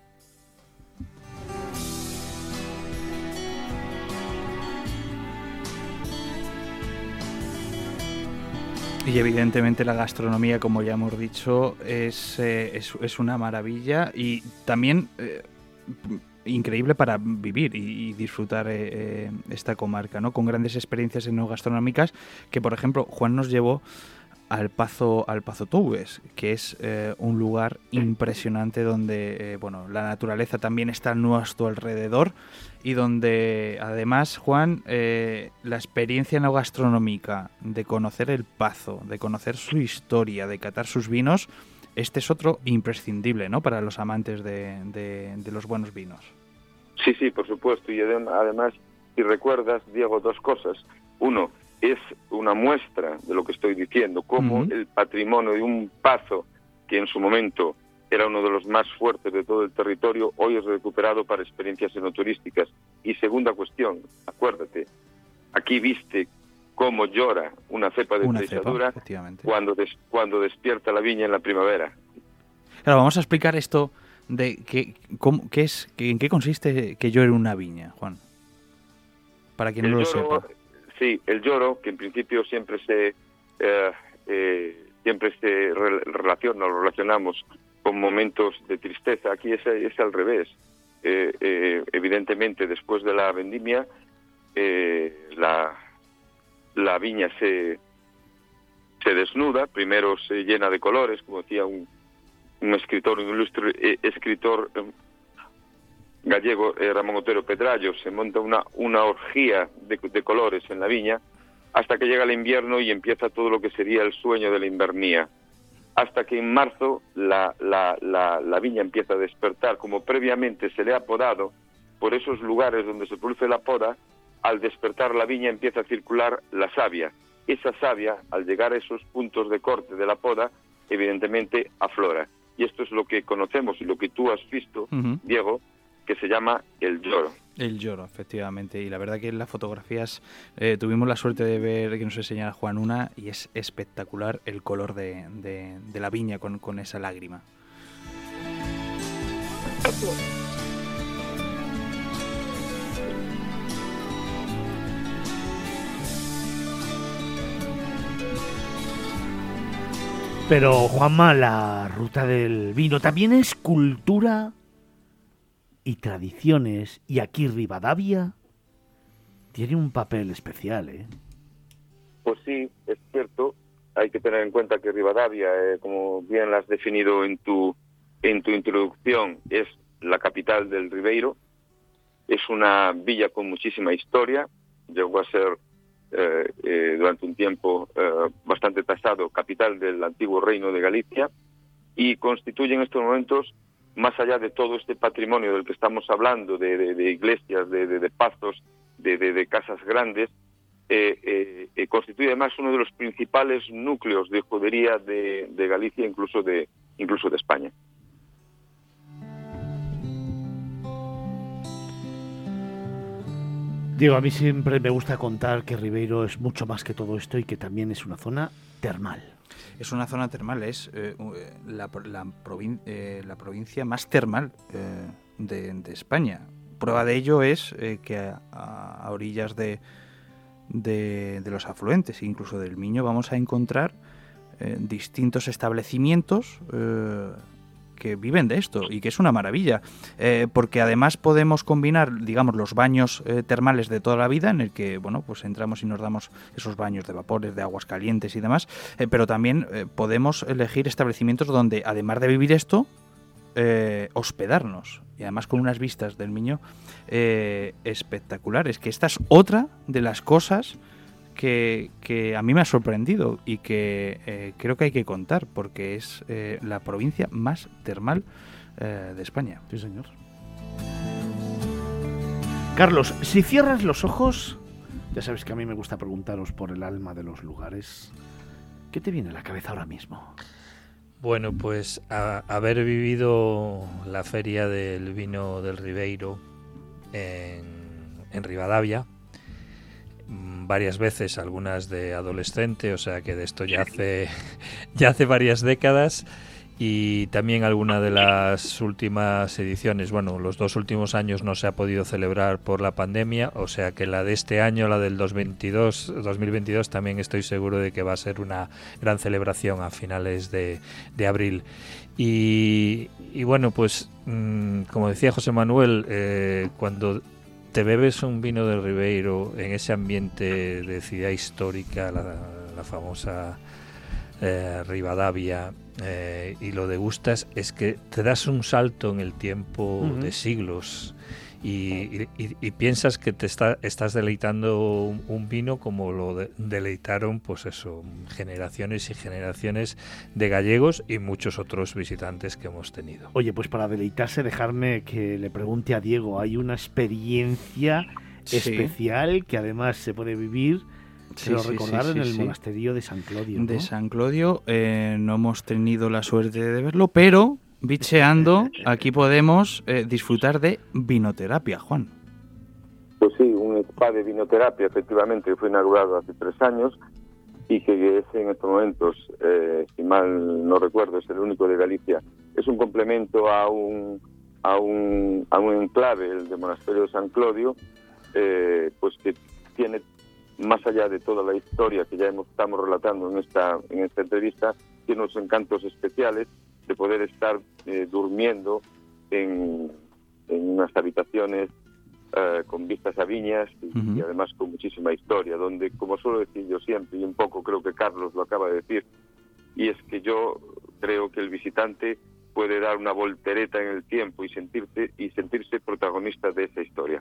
Y evidentemente la gastronomía, como ya hemos dicho, es, eh, es, es una maravilla y también eh, increíble para vivir y, y disfrutar eh, eh, esta comarca, ¿no? Con grandes experiencias enogastronómicas que, por ejemplo, Juan nos llevó al Pazo al Pazo Toubes, que es eh, un lugar impresionante donde eh, bueno, la naturaleza también está a nuestro alrededor y donde además, Juan, eh, la experiencia enogastronómica de conocer el Pazo, de conocer su historia, de catar sus vinos, este es otro imprescindible, ¿no?, para los amantes de, de, de los buenos vinos. Sí, sí, por supuesto, y además, si recuerdas, Diego, dos cosas. Uno, es una muestra de lo que estoy diciendo, cómo uh-huh. el patrimonio de un pazo que en su momento era uno de los más fuertes de todo el territorio, hoy es recuperado para experiencias enoturísticas. Y segunda cuestión, acuérdate, aquí viste cómo llora una cepa de trechadura cuando, des, cuando despierta la viña en la primavera. Claro, vamos a explicar esto de que, cómo, qué es, que, en qué consiste que llore una viña, Juan, para quien no lo sepa. Sí, el lloro, que en principio siempre se eh, eh, siempre se re relaciona, lo relacionamos con momentos de tristeza. Aquí es, es al revés. Eh, eh, evidentemente, después de la vendimia, eh, la, la viña se, se desnuda, primero se llena de colores, como decía un, un escritor, un ilustre eh, escritor eh, gallego, eh, Ramón Otero Pedrallo, se monta una, una orgía de, de colores en la viña, hasta que llega el invierno y empieza todo lo que sería el sueño de la invernía. Hasta que en marzo la, la, la, la viña empieza a despertar, como previamente se le ha podado, por esos lugares donde se produce la poda, al despertar la viña empieza a circular la savia. Esa savia, al llegar a esos puntos de corte de la poda, evidentemente aflora. Y esto es lo que conocemos y lo que tú has visto, uh-huh. Diego, que se llama el lloro. El lloro, efectivamente. Y la verdad que en las fotografías eh, tuvimos la suerte de ver, que nos enseñara Juan una, y es espectacular el color de, de, de la viña con, con esa lágrima. Pero, Juanma, la ruta del vino también es cultura y tradiciones, y aquí Ribadavia tiene un papel especial, ¿eh? Pues sí, es cierto. Hay que tener en cuenta que Ribadavia, eh, como bien lo has definido en tu en tu introducción, es la capital del Ribeiro. Es una villa con muchísima historia. Llegó a ser eh, eh, durante un tiempo eh, bastante tasado capital del antiguo reino de Galicia, y constituye en estos momentos, más allá de todo este patrimonio del que estamos hablando, de, de, de iglesias, de, de, de pazos, de, de, de casas grandes, eh, eh, eh, constituye además uno de los principales núcleos de judería de, de Galicia, incluso de, incluso de España. Diego, a mí siempre me gusta contar que Ribeiro es mucho más que todo esto y que también es una zona termal. Es una zona termal, es eh, la, la, provin eh, la provincia más termal eh, de, de España. Prueba de ello es eh, que a, a orillas de, de, de los afluentes, incluso del Miño, vamos a encontrar eh, distintos establecimientos eh, que viven de esto, y que es una maravilla, eh, porque además podemos combinar, digamos, los baños eh, termales de toda la vida, en el que, bueno, pues entramos y nos damos esos baños de vapores, de aguas calientes y demás, eh, pero también eh, podemos elegir establecimientos donde, además de vivir esto, eh, hospedarnos, y además con unas vistas del Miño eh, espectaculares, que esta es otra de las cosas que, que a mí me ha sorprendido y que eh, creo que hay que contar, porque es eh, la provincia más termal eh, de España. Sí, señor. Carlos, si cierras los ojos, ya sabes que a mí me gusta preguntaros por el alma de los lugares. ¿Qué te viene a la cabeza ahora mismo? Bueno, pues a, haber vivido la feria del vino del Ribeiro en, en Rivadavia varias veces, algunas de adolescente, o sea que de esto ya hace ya hace varias décadas, y también alguna de las últimas ediciones. Bueno, los dos últimos años no se ha podido celebrar por la pandemia, o sea que la de este año, la del dos mil veintidós, también estoy seguro de que va a ser una gran celebración a finales de, de abril. Y, y bueno, pues mmm, como decía José Manuel, eh, cuando te bebes un vino del Ribeiro en ese ambiente de ciudad histórica, la, la famosa eh, Rivadavia, eh, y lo degustas, es que te das un salto en el tiempo uh-huh. de siglos y, y, y piensas que te está, estás deleitando un, un vino como lo de, deleitaron, pues eso, generaciones y generaciones de gallegos y muchos otros visitantes que hemos tenido. Oye, pues para deleitarse, dejarme que le pregunte a Diego, hay una experiencia sí. especial que además se puede vivir. Sí, Pero sí, recordar sí, sí, en el sí. monasterio de San Clodio, ¿no? De San Clodio eh, no hemos tenido la suerte de verlo, pero bicheando aquí podemos eh, disfrutar de vinoterapia, Juan. Pues sí, un spa de vinoterapia, efectivamente, que fue inaugurado hace tres años y que es en estos momentos, eh, si mal no recuerdo, es el único de Galicia. Es un complemento a un a un, a un enclave, el de Monasterio de San Clodio, eh, pues que tiene, más allá de toda la historia que ya hemos, estamos relatando en esta en esta entrevista, tiene unos encantos especiales de poder estar eh, durmiendo en, en unas habitaciones eh, con vistas a viñas y, uh-huh. y además con muchísima historia, donde, como suelo decir yo siempre, y un poco creo que Carlos lo acaba de decir, y es que yo creo que el visitante puede dar una voltereta en el tiempo y sentirse, y sentirse protagonista de esa historia.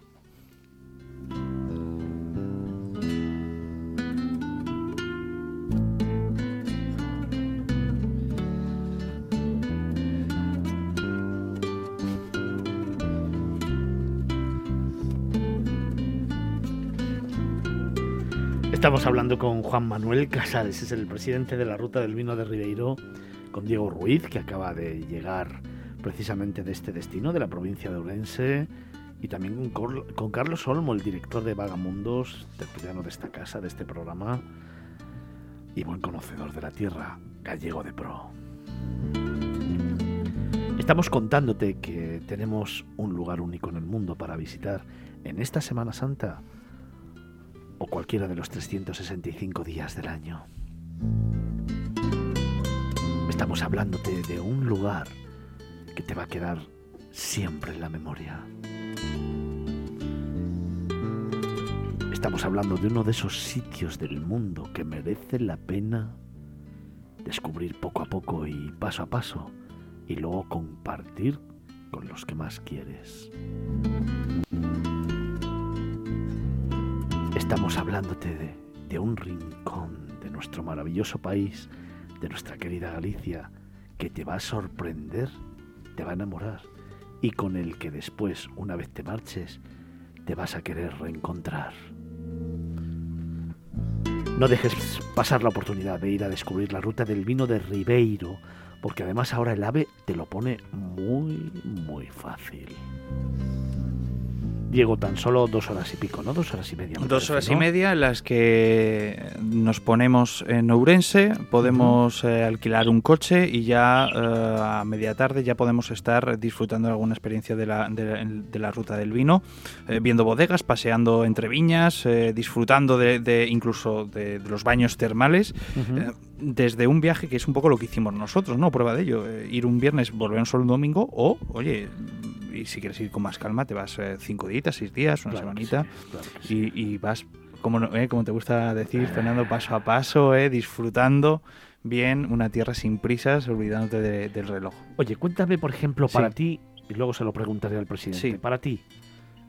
Estamos hablando con Juan Manuel Casares, es el presidente de la Ruta del Vino de Ribeiro, con Diego Ruiz, que acaba de llegar precisamente de este destino, de la provincia de Ourense, y también con, Cor- con Carlos Olmo, el director de Vagamundos, tertuliano de esta casa, de este programa, y buen conocedor de la tierra, gallego de pro. Estamos contándote que tenemos un lugar único en el mundo para visitar en esta Semana Santa, o cualquiera de los trescientos sesenta y cinco días del año. Estamos hablándote de un lugar que te va a quedar siempre en la memoria. Estamos hablando de uno de esos sitios del mundo que merece la pena descubrir poco a poco y paso a paso, y luego compartir con los que más quieres. Estamos hablándote de, de un rincón de nuestro maravilloso país, de nuestra querida Galicia, que te va a sorprender, te va a enamorar, y con el que después, una vez te marches, te vas a querer reencontrar. No dejes pasar la oportunidad de ir a descubrir la Ruta del Vino de Ribeiro, porque además ahora el AVE te lo pone muy, muy fácil. Diego, tan solo dos horas y pico, ¿no? Dos horas y media. Dos parece, horas ¿no? y media en las que nos ponemos en Ourense, podemos uh-huh. eh, alquilar un coche y ya eh, a media tarde ya podemos estar disfrutando de alguna experiencia de la, de, de la Ruta del Vino, eh, viendo bodegas, paseando entre viñas, eh, disfrutando de, de incluso de, de los baños termales, uh-huh. eh, desde un viaje que es un poco lo que hicimos nosotros, ¿no? Prueba de ello, eh, ir un viernes, volver solo un domingo, o, oye, y si quieres ir con más calma, te vas eh, cinco días, seis días, una claro semanita, sí, claro sí. y, y vas, como, eh, como te gusta decir, Fernando, paso a paso, eh, disfrutando bien una tierra sin prisas, olvidándote de, del reloj. Oye, cuéntame, por ejemplo, para sí. ti, y luego se lo preguntaré al presidente, sí. para ti,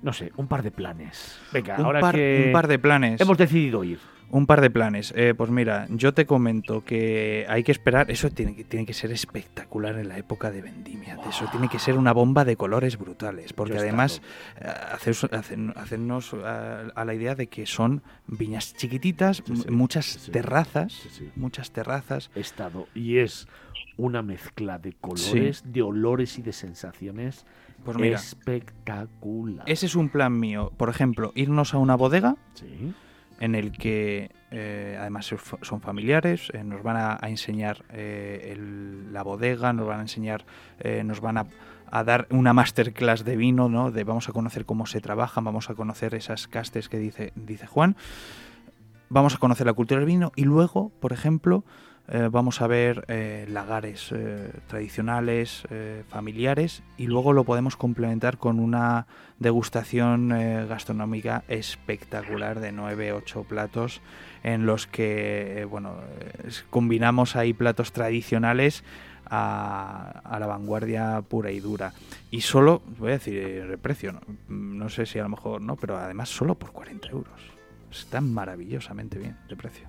No sé, un par de planes. Venga, Un ahora par, que un par de planes. hemos decidido ir. Un par de planes. Eh, pues mira, yo te comento que hay que esperar. Eso tiene que, tiene que ser espectacular en la época de vendimia. Wow. Eso tiene que ser una bomba de colores brutales. Porque además, eh, hacer, hacen, hacernos a, a la idea de que son viñas chiquititas, sí, sí, muchas sí, sí. terrazas. Sí, sí. Muchas terrazas. He estado. Y es una mezcla de colores, sí. de olores y de sensaciones. Pues mira, espectacular. Ese es un plan mío. Por ejemplo, irnos a una bodega. Sí. En el que eh, además son familiares, eh, nos van a, a enseñar eh, el, la bodega, nos van a enseñar, eh, nos van a, a dar una masterclass de vino, ¿no? De vamos a conocer cómo se trabajan, vamos a conocer esas castes que dice, dice Juan, vamos a conocer la cultura del vino y luego, por ejemplo, eh, vamos a ver eh, lagares eh, tradicionales, eh, familiares, y luego lo podemos complementar con una degustación eh, gastronómica espectacular de nueve, ocho platos en los que eh, bueno, eh, combinamos ahí platos tradicionales a, a la vanguardia pura y dura. Y solo, voy a decir el precio, no, no sé si a lo mejor no, pero además solo por cuarenta euros. Está maravillosamente bien de precio.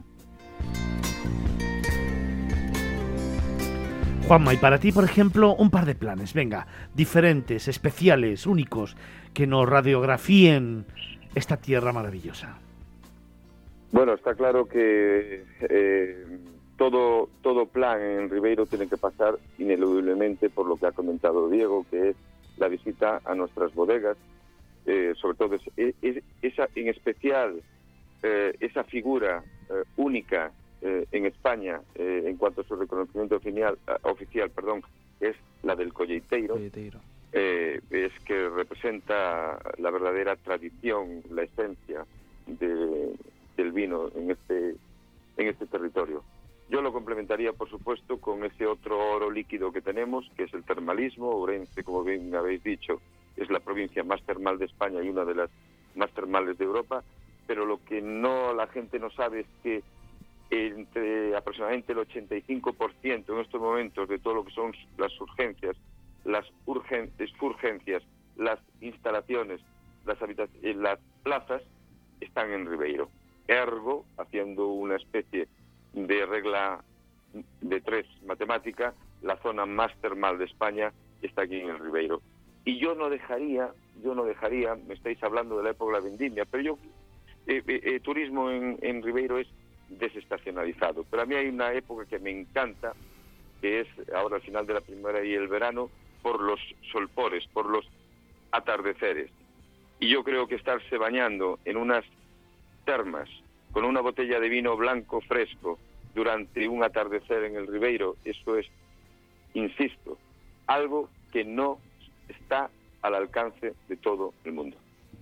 Juanma, y para ti, por ejemplo, un par de planes, venga, diferentes, especiales, únicos, que nos radiografíen esta tierra maravillosa. Bueno, está claro que eh, todo, todo plan en Ribeiro tiene que pasar ineludiblemente por lo que ha comentado Diego, que es la visita a nuestras bodegas, eh, sobre todo es, es, esa, en especial eh, esa figura eh, única Eh, en España, eh, en cuanto a su reconocimiento oficial, uh, oficial perdón, es la del colleiteiro, colleiteiro. Eh, es que representa la verdadera tradición, la esencia de, del vino en este, en este territorio. Yo lo complementaría, por supuesto, con ese otro oro líquido que tenemos, que es el termalismo. Ourense, como bien habéis dicho, es la provincia más termal de España y una de las más termales de Europa, pero lo que no la gente no sabe es que entre aproximadamente el ochenta y cinco por ciento en estos momentos de todo lo que son las urgencias, las urgentes urgencias, las instalaciones, las habitaciones, las plazas están en Ribeiro. Ergo, haciendo una especie de regla de tres matemática, la zona más termal de España está aquí en el Ribeiro. Y yo no dejaría, yo no dejaría, me estáis hablando de la época de la vendimia, pero yo eh, eh, eh, turismo en, en Ribeiro es desestacionalizado, pero a mí hay una época que me encanta, que es ahora al final de la primavera y el verano, por los solpores, por los atardeceres. Y yo creo que estarse bañando en unas termas con una botella de vino blanco fresco durante un atardecer en el Ribeiro, eso es, insisto, algo que no está al alcance de todo el mundo.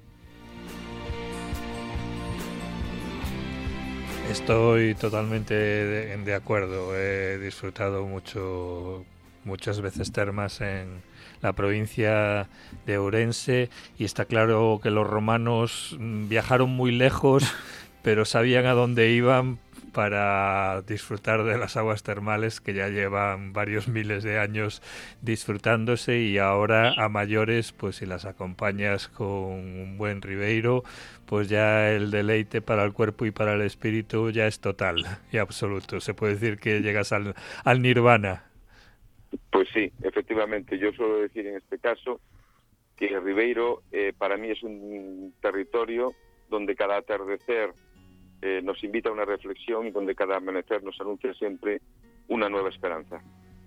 Estoy totalmente de, de acuerdo. He disfrutado mucho, muchas veces termas en la provincia de Ourense y está claro que los romanos viajaron muy lejos, pero sabían a dónde iban para disfrutar de las aguas termales que ya llevan varios miles de años disfrutándose, y ahora a mayores, pues si las acompañas con un buen Ribeiro, pues ya el deleite para el cuerpo y para el espíritu ya es total y absoluto. Se puede decir que llegas al, al nirvana. Pues sí, efectivamente. Yo suelo decir en este caso que Ribeiro eh, para mí es un territorio donde cada atardecer Eh, nos invita a una reflexión y donde cada amanecer nos anuncia siempre una nueva esperanza.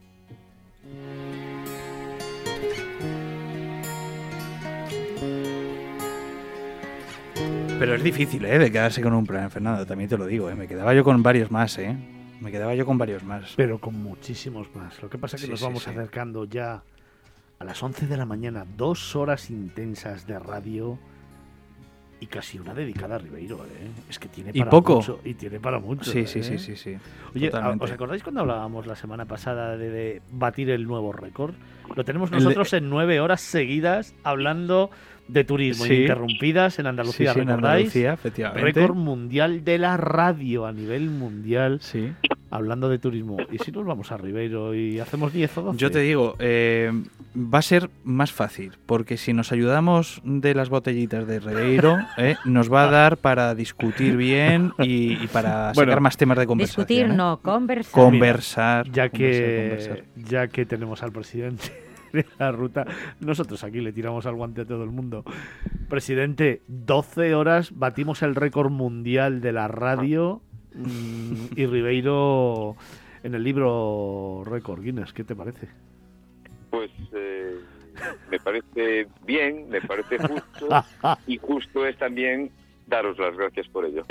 Pero es difícil, ¿eh?, de quedarse con un plan, Fernando, también te lo digo, ¿eh? Me quedaba yo con varios más, ¿eh? Me quedaba yo con varios más. Pero con muchísimos más. Lo que pasa es que Sí, nos sí, vamos sí. acercando ya a las once de la mañana, dos horas intensas de radio y casi una dedicada a Ribeiro, ¿eh? Es que tiene ¿Y para poco? mucho. Y tiene para mucho. Sí, ¿eh? sí, sí, sí, sí. Oye, Totalmente. ¿os acordáis cuando hablábamos la semana pasada de, de batir el nuevo récord? Lo tenemos El de- nosotros en nueve horas seguidas hablando de turismo, Sí. ininterrumpidas en Andalucía, Sí, sí, en ¿recordáis? Andalucía, efectivamente. Récord mundial de la radio a nivel mundial. Sí. hablando de turismo, ¿y si nos vamos a Ribeiro y hacemos diez o doce? Yo te digo, eh, va a ser más fácil, porque si nos ayudamos de las botellitas de Ribeiro, eh, nos va a dar para discutir bien y, y para Bueno, sacar más temas de conversación. Discutir, ¿eh? no, conversar. Conversar. Ya que, conversar, conversar. ya que tenemos al presidente de la ruta, nosotros aquí le tiramos al guante a todo el mundo. Presidente, doce horas, batimos el récord mundial de la radio mmm, y Ribeiro en el libro récord Guinness. ¿Qué te parece? Pues eh, me parece bien, me parece justo, y justo es también daros las gracias por ello.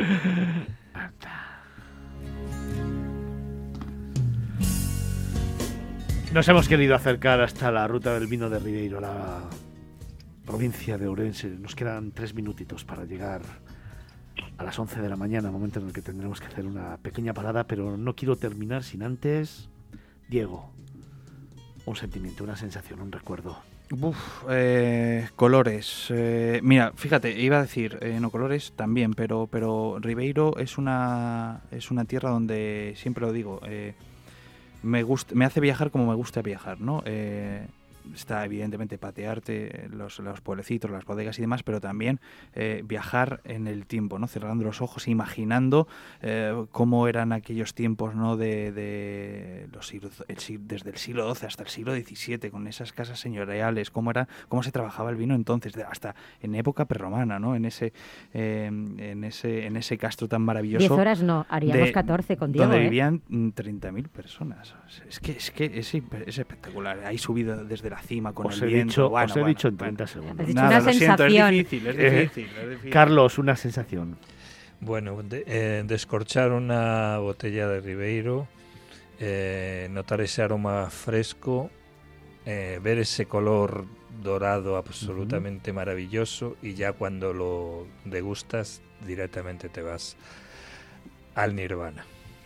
Nos hemos querido acercar hasta la ruta del vino de Ribeiro, la provincia de Ourense. Nos quedan tres minutitos para llegar a las once de la mañana, momento en el que tendremos que hacer una pequeña parada, pero no quiero terminar sin antes, Diego, un sentimiento, una sensación, un recuerdo. Uf, eh, colores. Eh, mira, fíjate, iba a decir, eh, no colores también, pero pero Ribeiro es una es una tierra donde, siempre lo digo, eh, me gusta, me hace viajar como me gusta viajar, ¿no? Eh, está evidentemente patearte los, los pueblecitos, las bodegas y demás, pero también eh, viajar en el tiempo, ¿no? Cerrando los ojos, imaginando eh, cómo eran aquellos tiempos, ¿no? De, de los siglos, el, desde el siglo doce hasta el siglo diecisiete, con esas casas señoriales, cómo era, cómo se trabajaba el vino entonces, de, hasta en época prerromana, ¿no? En ese, eh, en ese, en ese castro tan maravilloso. Diez horas no, haríamos de, catorce con Diego, donde ¿eh? vivían treinta mil personas. Es que es que es, es espectacular. Ahí subido desde la cima con Os el he viento. dicho, bueno, os he bueno, dicho en bueno. treinta segundos. Has dicho Nada, una lo siento, sensación. es difícil, es Eh, difícil, es difícil. Carlos, una sensación. Bueno, de- eh, descorchar una botella de Ribeiro, eh, notar ese aroma fresco, eh, ver ese color dorado absolutamente maravilloso, y ya cuando lo degustas directamente te vas al nirvana.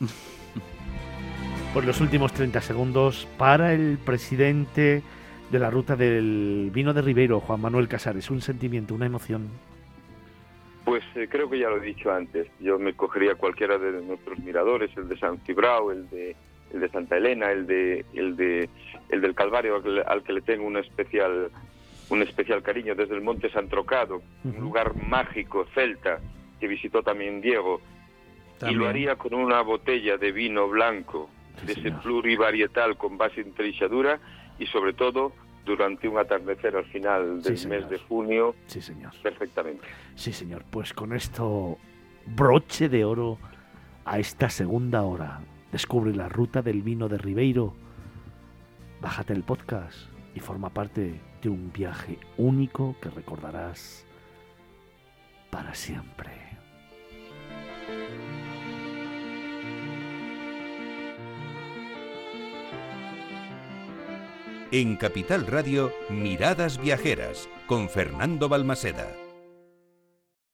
Por los últimos treinta segundos para el presidente de la ruta del vino de Ribeiro, Juan Manuel Casares. Un sentimiento, una emoción. Pues eh, creo que ya lo he dicho antes. Yo me cogería cualquiera de nuestros miradores, el de San Cibrao, el de el de Santa Elena, el de el de el del Calvario, al que, al que le tengo un especial un especial cariño, desde el Monte San Trocado, Uh-huh. un lugar mágico celta que visitó también Diego. También. Y lo haría con una botella de vino blanco, Sí, de ese señor. plurivarietal con base en trinchadura, y sobre todo durante un atardecer al final Sí, del señor. mes de junio, Sí, señor. perfectamente. Sí, señor. Pues con esto, broche de oro a esta segunda hora. Descubre la ruta del vino de Ribeiro. Bájate el podcast y forma parte de un viaje único que recordarás para siempre. En Capital Radio, Miradas Viajeras, con Fernando Balmaseda.